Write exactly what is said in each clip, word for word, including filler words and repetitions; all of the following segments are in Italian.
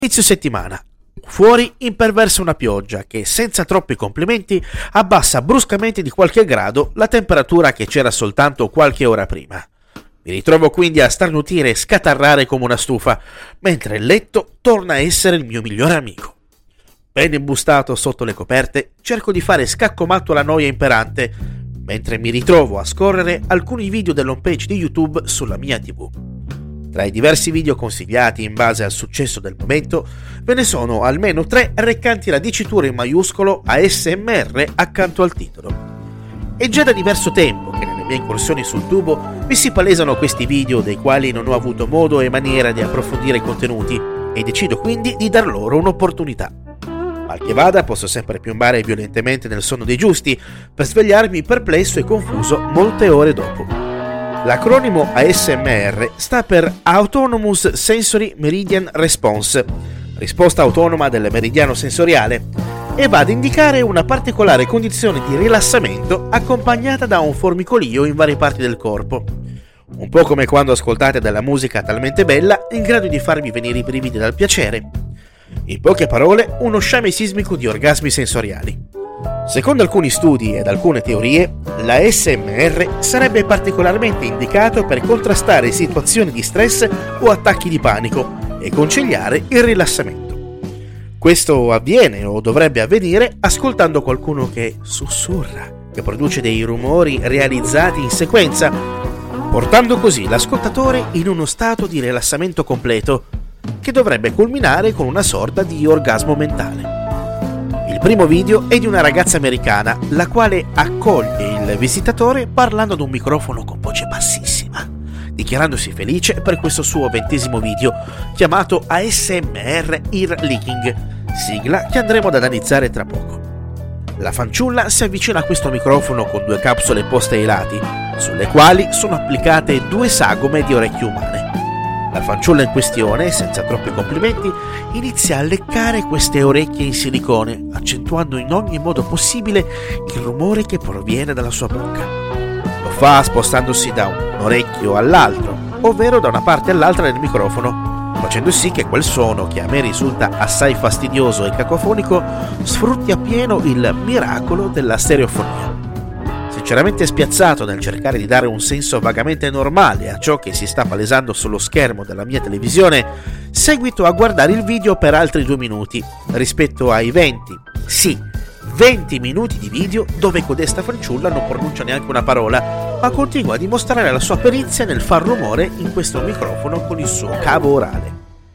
Inizio settimana. Fuori imperversa una pioggia che, senza troppi complimenti, abbassa bruscamente di qualche grado la temperatura che c'era soltanto qualche ora prima. Mi ritrovo quindi a starnutire e scatarrare come una stufa, mentre il letto torna a essere il mio migliore amico. Ben imbustato sotto le coperte, cerco di fare scacco matto alla noia imperante, mentre mi ritrovo a scorrere alcuni video dell'home page di YouTube sulla mia tivù. Tra i diversi video consigliati in base al successo del momento, ve ne sono almeno tre recanti la dicitura in maiuscolo A S M R accanto al titolo. È già da diverso tempo che nelle mie incursioni sul tubo mi si palesano questi video dei quali non ho avuto modo e maniera di approfondire i contenuti e decido quindi di dar loro un'opportunità. Mal che vada, posso sempre piombare violentemente nel sonno dei giusti per svegliarmi perplesso e confuso molte ore dopo. L'acronimo A S M R sta per Autonomous Sensory Meridian Response, risposta autonoma del meridiano sensoriale, e va ad indicare una particolare condizione di rilassamento accompagnata da un formicolio in varie parti del corpo. Un po' come quando ascoltate della musica talmente bella in grado di farvi venire i brividi dal piacere. In poche parole, uno sciame sismico di orgasmi sensoriali. Secondo alcuni studi ed alcune teorie, l'A S M R sarebbe particolarmente indicato per contrastare situazioni di stress o attacchi di panico e conciliare il rilassamento. Questo avviene o dovrebbe avvenire ascoltando qualcuno che sussurra, che produce dei rumori realizzati in sequenza, portando così l'ascoltatore in uno stato di rilassamento completo che dovrebbe culminare con una sorta di orgasmo mentale. Il primo video è di una ragazza americana, la quale accoglie il visitatore parlando ad un microfono con voce bassissima, dichiarandosi felice per questo suo ventesimo video, chiamato A S M R Ear Licking, sigla che andremo ad analizzare tra poco. La fanciulla si avvicina a questo microfono con due capsule poste ai lati, sulle quali sono applicate due sagome di orecchie umane. La fanciulla in questione, senza troppi complimenti, inizia a leccare queste orecchie in silicone, accentuando in ogni modo possibile il rumore che proviene dalla sua bocca. Lo fa spostandosi da un orecchio all'altro, ovvero da una parte all'altra del microfono, facendo sì che quel suono, che a me risulta assai fastidioso e cacofonico, sfrutti appieno il miracolo della stereofonia. Sinceramente spiazzato nel cercare di dare un senso vagamente normale a ciò che si sta palesando sullo schermo della mia televisione, seguito a guardare il video per altri due minuti, rispetto ai venti, sì, venti minuti di video dove codesta fanciulla non pronuncia neanche una parola, ma continua a dimostrare la sua perizia nel far rumore in questo microfono con il suo cavo orale.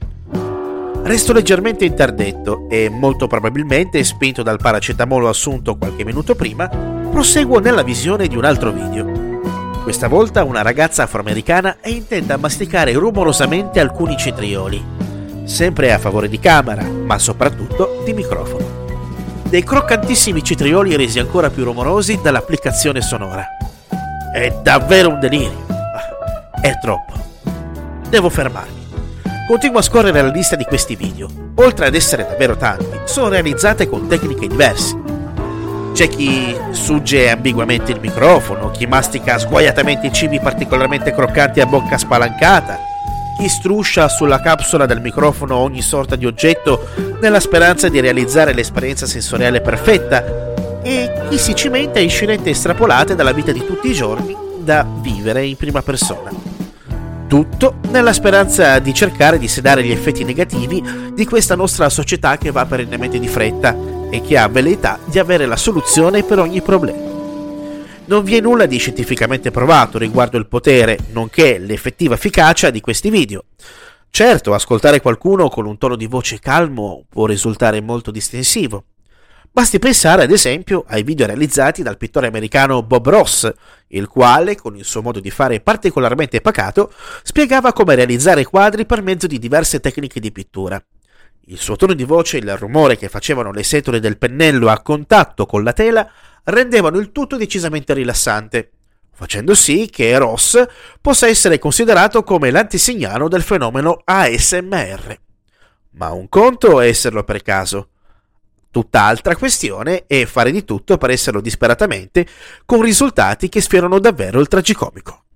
Resto leggermente interdetto e, molto probabilmente spinto dal paracetamolo assunto qualche minuto prima, proseguo nella visione di un altro video. Questa volta una ragazza afroamericana è intenta a masticare rumorosamente alcuni cetrioli, sempre a favore di camera, ma soprattutto di microfono. Dei croccantissimi cetrioli resi ancora più rumorosi dall'applicazione sonora. È davvero un delirio. È troppo. Devo fermarmi. Continuo a scorrere la lista di questi video. Oltre ad essere davvero tanti, sono realizzate con tecniche diverse. C'è chi sugge ambiguamente il microfono, chi mastica sguaiatamente i cibi particolarmente croccanti a bocca spalancata, chi struscia sulla capsula del microfono ogni sorta di oggetto nella speranza di realizzare l'esperienza sensoriale perfetta, e chi si cimenta in scenette estrapolate dalla vita di tutti i giorni da vivere in prima persona. Tutto nella speranza di cercare di sedare gli effetti negativi di questa nostra società che va perennemente di fretta e che ha velleità di avere la soluzione per ogni problema. Non vi è nulla di scientificamente provato riguardo il potere, nonché l'effettiva efficacia di questi video. Certo, ascoltare qualcuno con un tono di voce calmo può risultare molto distensivo. Basti pensare ad esempio ai video realizzati dal pittore americano Bob Ross, il quale, con il suo modo di fare particolarmente pacato, spiegava come realizzare quadri per mezzo di diverse tecniche di pittura. Il suo tono di voce e il rumore che facevano le setole del pennello a contatto con la tela rendevano il tutto decisamente rilassante, facendo sì che Ross possa essere considerato come l'antesignano del fenomeno A S M R. Ma un conto è esserlo per caso. Tutt'altra questione è fare di tutto per esserlo disperatamente, con risultati che sfiorano davvero il tragicomico.